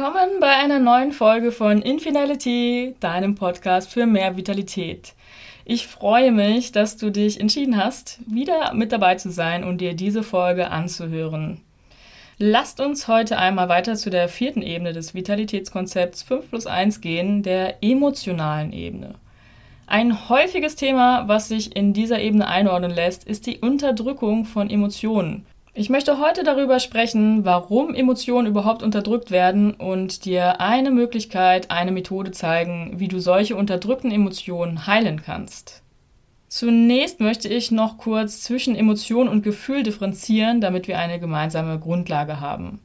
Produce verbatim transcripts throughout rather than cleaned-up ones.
Willkommen bei einer neuen Folge von Infinality, deinem Podcast für mehr Vitalität. Ich freue mich, dass du dich entschieden hast, wieder mit dabei zu sein und dir diese Folge anzuhören. Lasst uns heute einmal weiter zu der vierten Ebene des Vitalitätskonzepts fünf plus eins gehen, der emotionalen Ebene. Ein häufiges Thema, was sich in dieser Ebene einordnen lässt, ist die Unterdrückung von Emotionen. Ich möchte heute darüber sprechen, warum Emotionen überhaupt unterdrückt werden und dir eine Möglichkeit, eine Methode zeigen, wie du solche unterdrückten Emotionen heilen kannst. Zunächst möchte ich noch kurz zwischen Emotion und Gefühl differenzieren, damit wir eine gemeinsame Grundlage haben.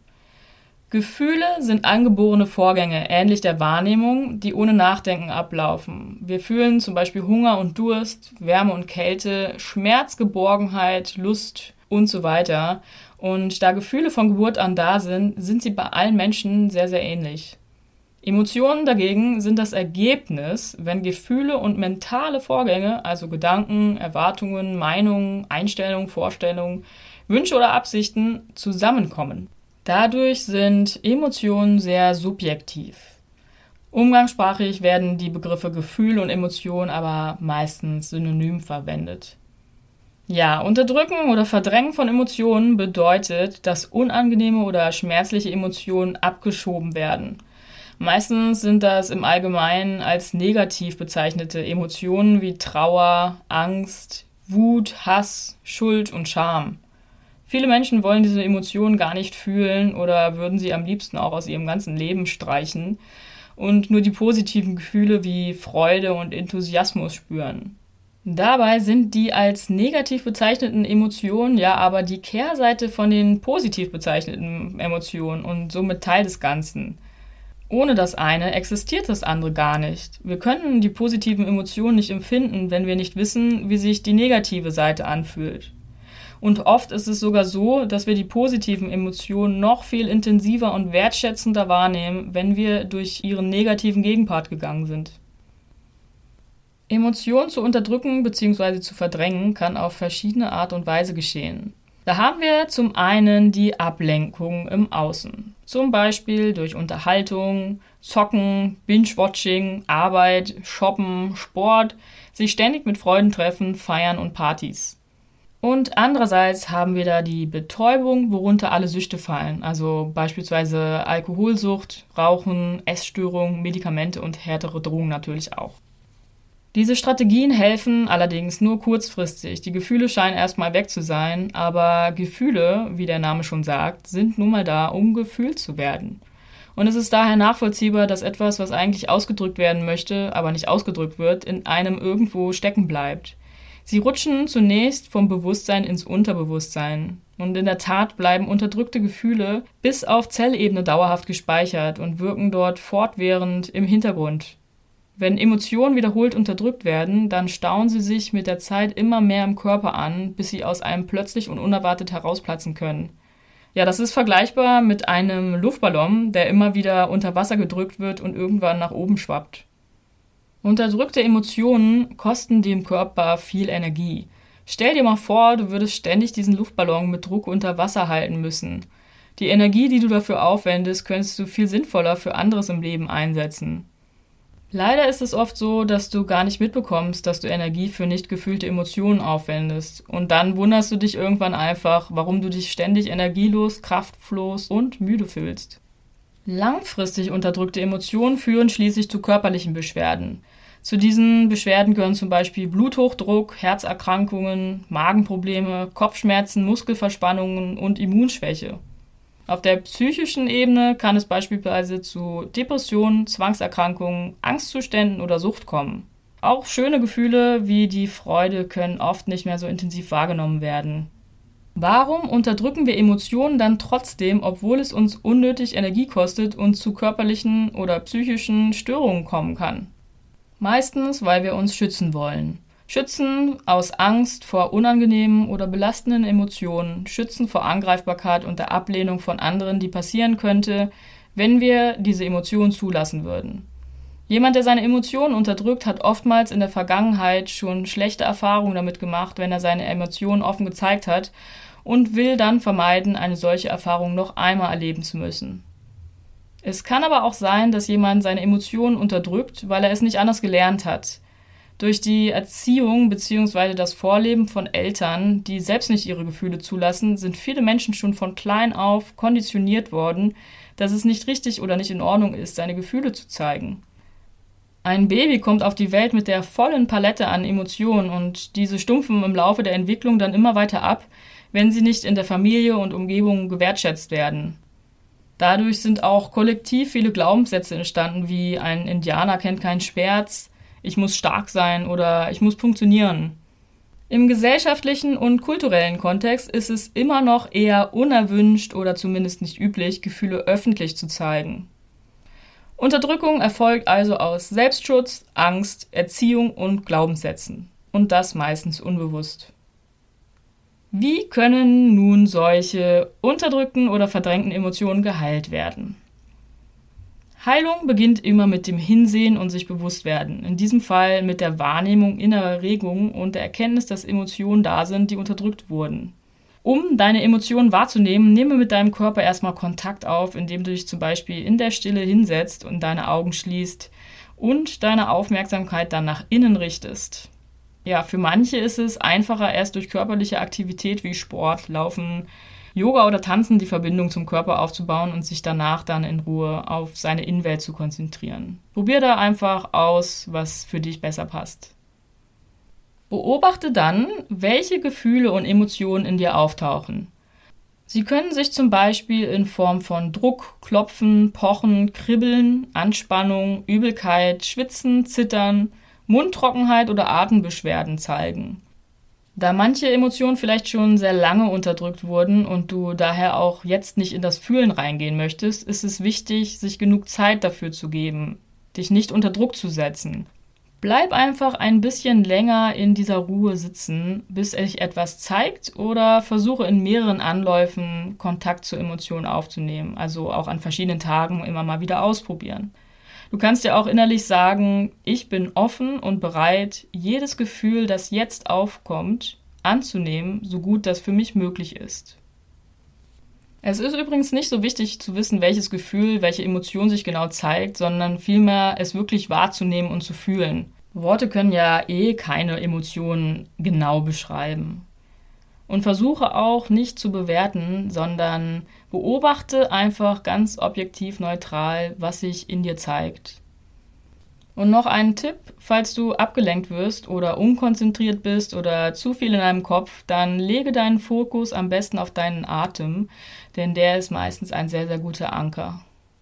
Gefühle sind angeborene Vorgänge, ähnlich der Wahrnehmung, die ohne Nachdenken ablaufen. Wir fühlen zum Beispiel Hunger und Durst, Wärme und Kälte, Schmerz, Geborgenheit, Lust und so weiter. Und da Gefühle von Geburt an da sind, sind sie bei allen Menschen sehr, sehr ähnlich. Emotionen dagegen sind das Ergebnis, wenn Gefühle und mentale Vorgänge, also Gedanken, Erwartungen, Meinungen, Einstellungen, Vorstellungen, Wünsche oder Absichten zusammenkommen. Dadurch sind Emotionen sehr subjektiv. Umgangssprachlich werden die Begriffe Gefühl und Emotion aber meistens synonym verwendet. Ja, Unterdrücken oder Verdrängen von Emotionen bedeutet, dass unangenehme oder schmerzliche Emotionen abgeschoben werden. Meistens sind das im Allgemeinen als negativ bezeichnete Emotionen wie Trauer, Angst, Wut, Hass, Schuld und Scham. Viele Menschen wollen diese Emotionen gar nicht fühlen oder würden sie am liebsten auch aus ihrem ganzen Leben streichen und nur die positiven Gefühle wie Freude und Enthusiasmus spüren. Dabei sind die als negativ bezeichneten Emotionen ja aber die Kehrseite von den positiv bezeichneten Emotionen und somit Teil des Ganzen. Ohne das eine existiert das andere gar nicht. Wir können die positiven Emotionen nicht empfinden, wenn wir nicht wissen, wie sich die negative Seite anfühlt. Und oft ist es sogar so, dass wir die positiven Emotionen noch viel intensiver und wertschätzender wahrnehmen, wenn wir durch ihren negativen Gegenpart gegangen sind. Emotionen zu unterdrücken bzw. zu verdrängen kann auf verschiedene Art und Weise geschehen. Da haben wir zum einen die Ablenkung im Außen. Zum Beispiel durch Unterhaltung, Zocken, Binge-Watching, Arbeit, Shoppen, Sport, sich ständig mit Freunden treffen, feiern und Partys. Und andererseits haben wir da die Betäubung, worunter alle Süchte fallen, also beispielsweise Alkoholsucht, Rauchen, Essstörungen, Medikamente und härtere Drogen natürlich auch. Diese Strategien helfen allerdings nur kurzfristig. Die Gefühle scheinen erstmal weg zu sein, aber Gefühle, wie der Name schon sagt, sind nun mal da, um gefühlt zu werden. Und es ist daher nachvollziehbar, dass etwas, was eigentlich ausgedrückt werden möchte, aber nicht ausgedrückt wird, in einem irgendwo stecken bleibt. Sie rutschen zunächst vom Bewusstsein ins Unterbewusstsein. Und in der Tat bleiben unterdrückte Gefühle bis auf Zellebene dauerhaft gespeichert und wirken dort fortwährend im Hintergrund. Wenn Emotionen wiederholt unterdrückt werden, dann stauen sie sich mit der Zeit immer mehr im Körper an, bis sie aus einem plötzlich und unerwartet herausplatzen können. Ja, das ist vergleichbar mit einem Luftballon, der immer wieder unter Wasser gedrückt wird und irgendwann nach oben schwappt. Unterdrückte Emotionen kosten dem Körper viel Energie. Stell dir mal vor, du würdest ständig diesen Luftballon mit Druck unter Wasser halten müssen. Die Energie, die du dafür aufwendest, könntest du viel sinnvoller für anderes im Leben einsetzen. Leider ist es oft so, dass du gar nicht mitbekommst, dass du Energie für nicht gefühlte Emotionen aufwendest. Und dann wunderst du dich irgendwann einfach, warum du dich ständig energielos, kraftlos und müde fühlst. Langfristig unterdrückte Emotionen führen schließlich zu körperlichen Beschwerden. Zu diesen Beschwerden gehören zum Beispiel Bluthochdruck, Herzerkrankungen, Magenprobleme, Kopfschmerzen, Muskelverspannungen und Immunschwäche. Auf der psychischen Ebene kann es beispielsweise zu Depressionen, Zwangserkrankungen, Angstzuständen oder Sucht kommen. Auch schöne Gefühle wie die Freude können oft nicht mehr so intensiv wahrgenommen werden. Warum unterdrücken wir Emotionen dann trotzdem, obwohl es uns unnötig Energie kostet und zu körperlichen oder psychischen Störungen kommen kann? Meistens, weil wir uns schützen wollen. Schützen aus Angst vor unangenehmen oder belastenden Emotionen, schützen vor Angreifbarkeit und der Ablehnung von anderen, die passieren könnte, wenn wir diese Emotionen zulassen würden. Jemand, der seine Emotionen unterdrückt, hat oftmals in der Vergangenheit schon schlechte Erfahrungen damit gemacht, wenn er seine Emotionen offen gezeigt hat und will dann vermeiden, eine solche Erfahrung noch einmal erleben zu müssen. Es kann aber auch sein, dass jemand seine Emotionen unterdrückt, weil er es nicht anders gelernt hat. Durch die Erziehung bzw. das Vorleben von Eltern, die selbst nicht ihre Gefühle zulassen, sind viele Menschen schon von klein auf konditioniert worden, dass es nicht richtig oder nicht in Ordnung ist, seine Gefühle zu zeigen. Ein Baby kommt auf die Welt mit der vollen Palette an Emotionen und diese stumpfen im Laufe der Entwicklung dann immer weiter ab, wenn sie nicht in der Familie und Umgebung gewertschätzt werden. Dadurch sind auch kollektiv viele Glaubenssätze entstanden, wie ein Indianer kennt keinen Schmerz, ich muss stark sein oder ich muss funktionieren. Im gesellschaftlichen und kulturellen Kontext ist es immer noch eher unerwünscht oder zumindest nicht üblich, Gefühle öffentlich zu zeigen. Unterdrückung erfolgt also aus Selbstschutz, Angst, Erziehung und Glaubenssätzen. Und das meistens unbewusst. Wie können nun solche unterdrückten oder verdrängten Emotionen geheilt werden? Heilung beginnt immer mit dem Hinsehen und sich bewusst werden. In diesem Fall mit der Wahrnehmung innerer Regungen und der Erkenntnis, dass Emotionen da sind, die unterdrückt wurden. Um deine Emotionen wahrzunehmen, nehme mit deinem Körper erstmal Kontakt auf, indem du dich zum Beispiel in der Stille hinsetzt und deine Augen schließt und deine Aufmerksamkeit dann nach innen richtest. Ja, für manche ist es einfacher, erst durch körperliche Aktivität wie Sport, Laufen, Yoga oder Tanzen die Verbindung zum Körper aufzubauen und sich danach dann in Ruhe auf seine Innenwelt zu konzentrieren. Probier da einfach aus, was für dich besser passt. Beobachte dann, welche Gefühle und Emotionen in dir auftauchen. Sie können sich zum Beispiel in Form von Druck, Klopfen, Pochen, Kribbeln, Anspannung, Übelkeit, Schwitzen, Zittern, Mundtrockenheit oder Atembeschwerden zeigen. Da manche Emotionen vielleicht schon sehr lange unterdrückt wurden und du daher auch jetzt nicht in das Fühlen reingehen möchtest, ist es wichtig, sich genug Zeit dafür zu geben, dich nicht unter Druck zu setzen. Bleib einfach ein bisschen länger in dieser Ruhe sitzen, bis sich etwas zeigt oder versuche in mehreren Anläufen Kontakt zur Emotion aufzunehmen, also auch an verschiedenen Tagen immer mal wieder ausprobieren. Du kannst dir auch innerlich sagen, ich bin offen und bereit, jedes Gefühl, das jetzt aufkommt, anzunehmen, so gut das für mich möglich ist. Es ist übrigens nicht so wichtig zu wissen, welches Gefühl, welche Emotion sich genau zeigt, sondern vielmehr es wirklich wahrzunehmen und zu fühlen. Worte können ja eh keine Emotionen genau beschreiben. Und versuche auch nicht zu bewerten, sondern beobachte einfach ganz objektiv neutral, was sich in dir zeigt. Und noch ein Tipp, falls du abgelenkt wirst oder unkonzentriert bist oder zu viel in deinem Kopf, dann lege deinen Fokus am besten auf deinen Atem, denn der ist meistens ein sehr, sehr guter Anker.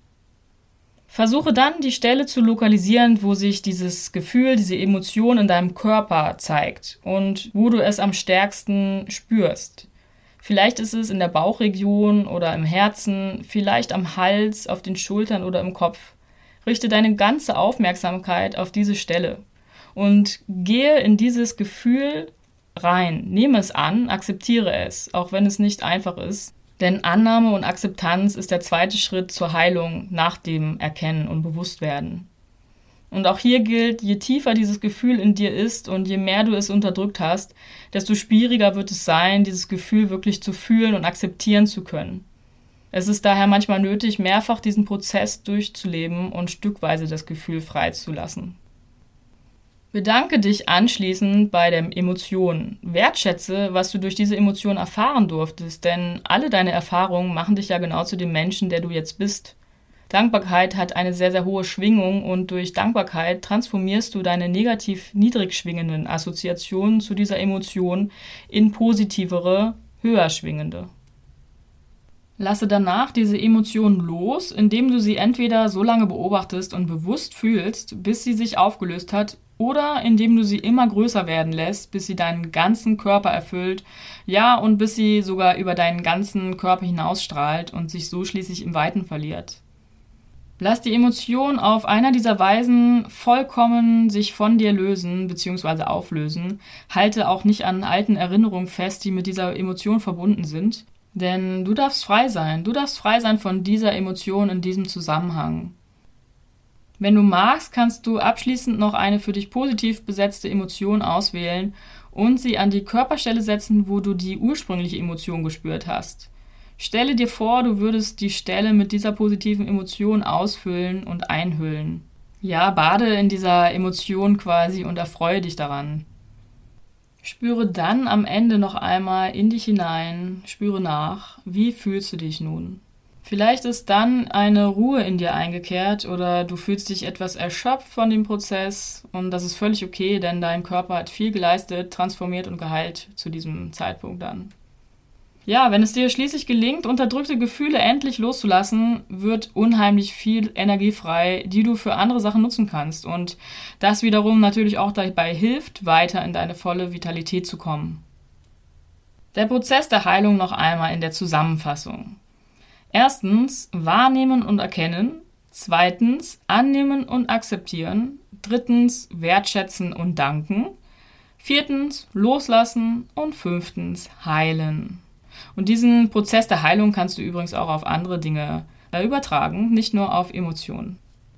Versuche dann, die Stelle zu lokalisieren, wo sich dieses Gefühl, diese Emotion in deinem Körper zeigt und wo du es am stärksten spürst. Vielleicht ist es in der Bauchregion oder im Herzen, vielleicht am Hals, auf den Schultern oder im Kopf. Richte deine ganze Aufmerksamkeit auf diese Stelle und gehe in dieses Gefühl rein. Nehme es an, akzeptiere es, auch wenn es nicht einfach ist. Denn Annahme und Akzeptanz ist der zweite Schritt zur Heilung nach dem Erkennen und Bewusstwerden. Und auch hier gilt, je tiefer dieses Gefühl in dir ist und je mehr du es unterdrückt hast, desto schwieriger wird es sein, dieses Gefühl wirklich zu fühlen und akzeptieren zu können. Es ist daher manchmal nötig, mehrfach diesen Prozess durchzuleben und stückweise das Gefühl freizulassen. Bedanke dich anschließend bei der Emotion. Wertschätze, was du durch diese Emotion erfahren durftest, denn alle deine Erfahrungen machen dich ja genau zu dem Menschen, der du jetzt bist. Dankbarkeit hat eine sehr, sehr hohe Schwingung und durch Dankbarkeit transformierst du deine negativ niedrig schwingenden Assoziationen zu dieser Emotion in positivere, höher schwingende. Lasse danach diese Emotion los, indem du sie entweder so lange beobachtest und bewusst fühlst, bis sie sich aufgelöst hat, oder indem du sie immer größer werden lässt, bis sie deinen ganzen Körper erfüllt, ja, und bis sie sogar über deinen ganzen Körper hinausstrahlt und sich so schließlich im Weiten verliert. Lass die Emotion auf einer dieser Weisen vollkommen sich von dir lösen bzw. auflösen. Halte auch nicht an alten Erinnerungen fest, die mit dieser Emotion verbunden sind. Denn du darfst frei sein. Du darfst frei sein von dieser Emotion in diesem Zusammenhang. Wenn du magst, kannst du abschließend noch eine für dich positiv besetzte Emotion auswählen und sie an die Körperstelle setzen, wo du die ursprüngliche Emotion gespürt hast. Stelle dir vor, du würdest die Stelle mit dieser positiven Emotion ausfüllen und einhüllen. Ja, bade in dieser Emotion quasi und erfreue dich daran. Spüre dann am Ende noch einmal in dich hinein, spüre nach, wie fühlst du dich nun? Vielleicht ist dann eine Ruhe in dir eingekehrt oder du fühlst dich etwas erschöpft von dem Prozess und das ist völlig okay, denn dein Körper hat viel geleistet, transformiert und geheilt zu diesem Zeitpunkt dann. Ja, wenn es dir schließlich gelingt, unterdrückte Gefühle endlich loszulassen, wird unheimlich viel Energie frei, die du für andere Sachen nutzen kannst. Und das wiederum natürlich auch dabei hilft, weiter in deine volle Vitalität zu kommen. Der Prozess der Heilung noch einmal in der Zusammenfassung. Erstens, wahrnehmen und erkennen. Zweitens, annehmen und akzeptieren. Drittens, wertschätzen und danken. Viertens, loslassen. Und fünftens, heilen. Und diesen Prozess der Heilung kannst du übrigens auch auf andere Dinge übertragen, nicht nur auf Emotionen.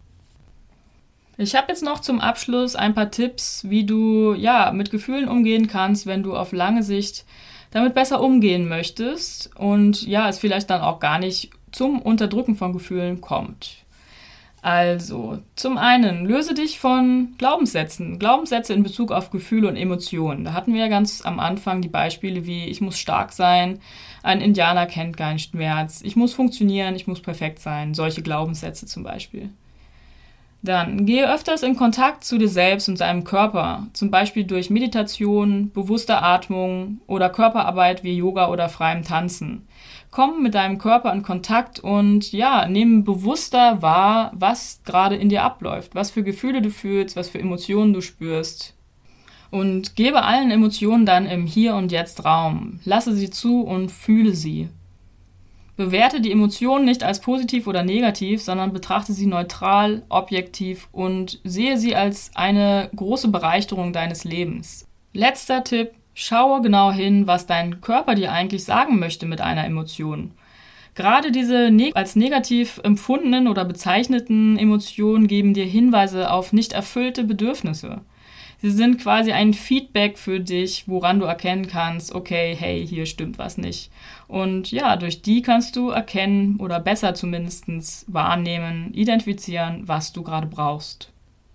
Ich habe jetzt noch zum Abschluss ein paar Tipps, wie du ja mit Gefühlen umgehen kannst, wenn du auf lange Sicht damit besser umgehen möchtest und ja, es vielleicht dann auch gar nicht zum Unterdrücken von Gefühlen kommt. Also, zum einen, löse dich von Glaubenssätzen. Glaubenssätze in Bezug auf Gefühle und Emotionen. Da hatten wir ja ganz am Anfang die Beispiele wie, ich muss stark sein, ein Indianer kennt keinen Schmerz, ich muss funktionieren, ich muss perfekt sein. Solche Glaubenssätze zum Beispiel. Dann, gehe öfters in Kontakt zu dir selbst und deinem Körper. Zum Beispiel durch Meditation, bewusste Atmung oder Körperarbeit wie Yoga oder freiem Tanzen. Komm mit deinem Körper in Kontakt und ja, nimm bewusster wahr, was gerade in dir abläuft, was für Gefühle du fühlst, was für Emotionen du spürst. Und gebe allen Emotionen dann im Hier und Jetzt Raum. Lasse sie zu und fühle sie. Bewerte die Emotionen nicht als positiv oder negativ, sondern betrachte sie neutral, objektiv und sehe sie als eine große Bereicherung deines Lebens. Letzter Tipp. Schaue genau hin, was dein Körper dir eigentlich sagen möchte mit einer Emotion. Gerade diese neg- als negativ empfundenen oder bezeichneten Emotionen geben dir Hinweise auf nicht erfüllte Bedürfnisse. Sie sind quasi ein Feedback für dich, woran du erkennen kannst, okay, hey, hier stimmt was nicht. Und ja, durch die kannst du erkennen oder besser zumindest wahrnehmen, identifizieren, was du gerade brauchst.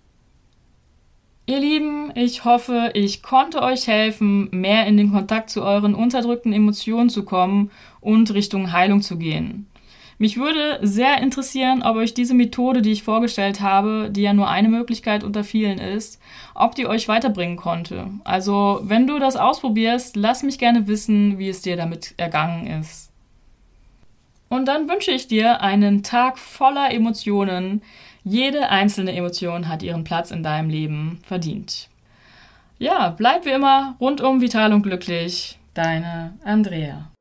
Ihr Lieben, ich hoffe, ich konnte euch helfen, mehr in den Kontakt zu euren unterdrückten Emotionen zu kommen und Richtung Heilung zu gehen. Mich würde sehr interessieren, ob euch diese Methode, die ich vorgestellt habe, die ja nur eine Möglichkeit unter vielen ist, ob die euch weiterbringen konnte. Also, wenn du das ausprobierst, lass mich gerne wissen, wie es dir damit ergangen ist. Und dann wünsche ich dir einen Tag voller Emotionen. Jede einzelne Emotion hat ihren Platz in deinem Leben verdient. Ja, bleib wie immer rundum vital und glücklich. Deine Andrea.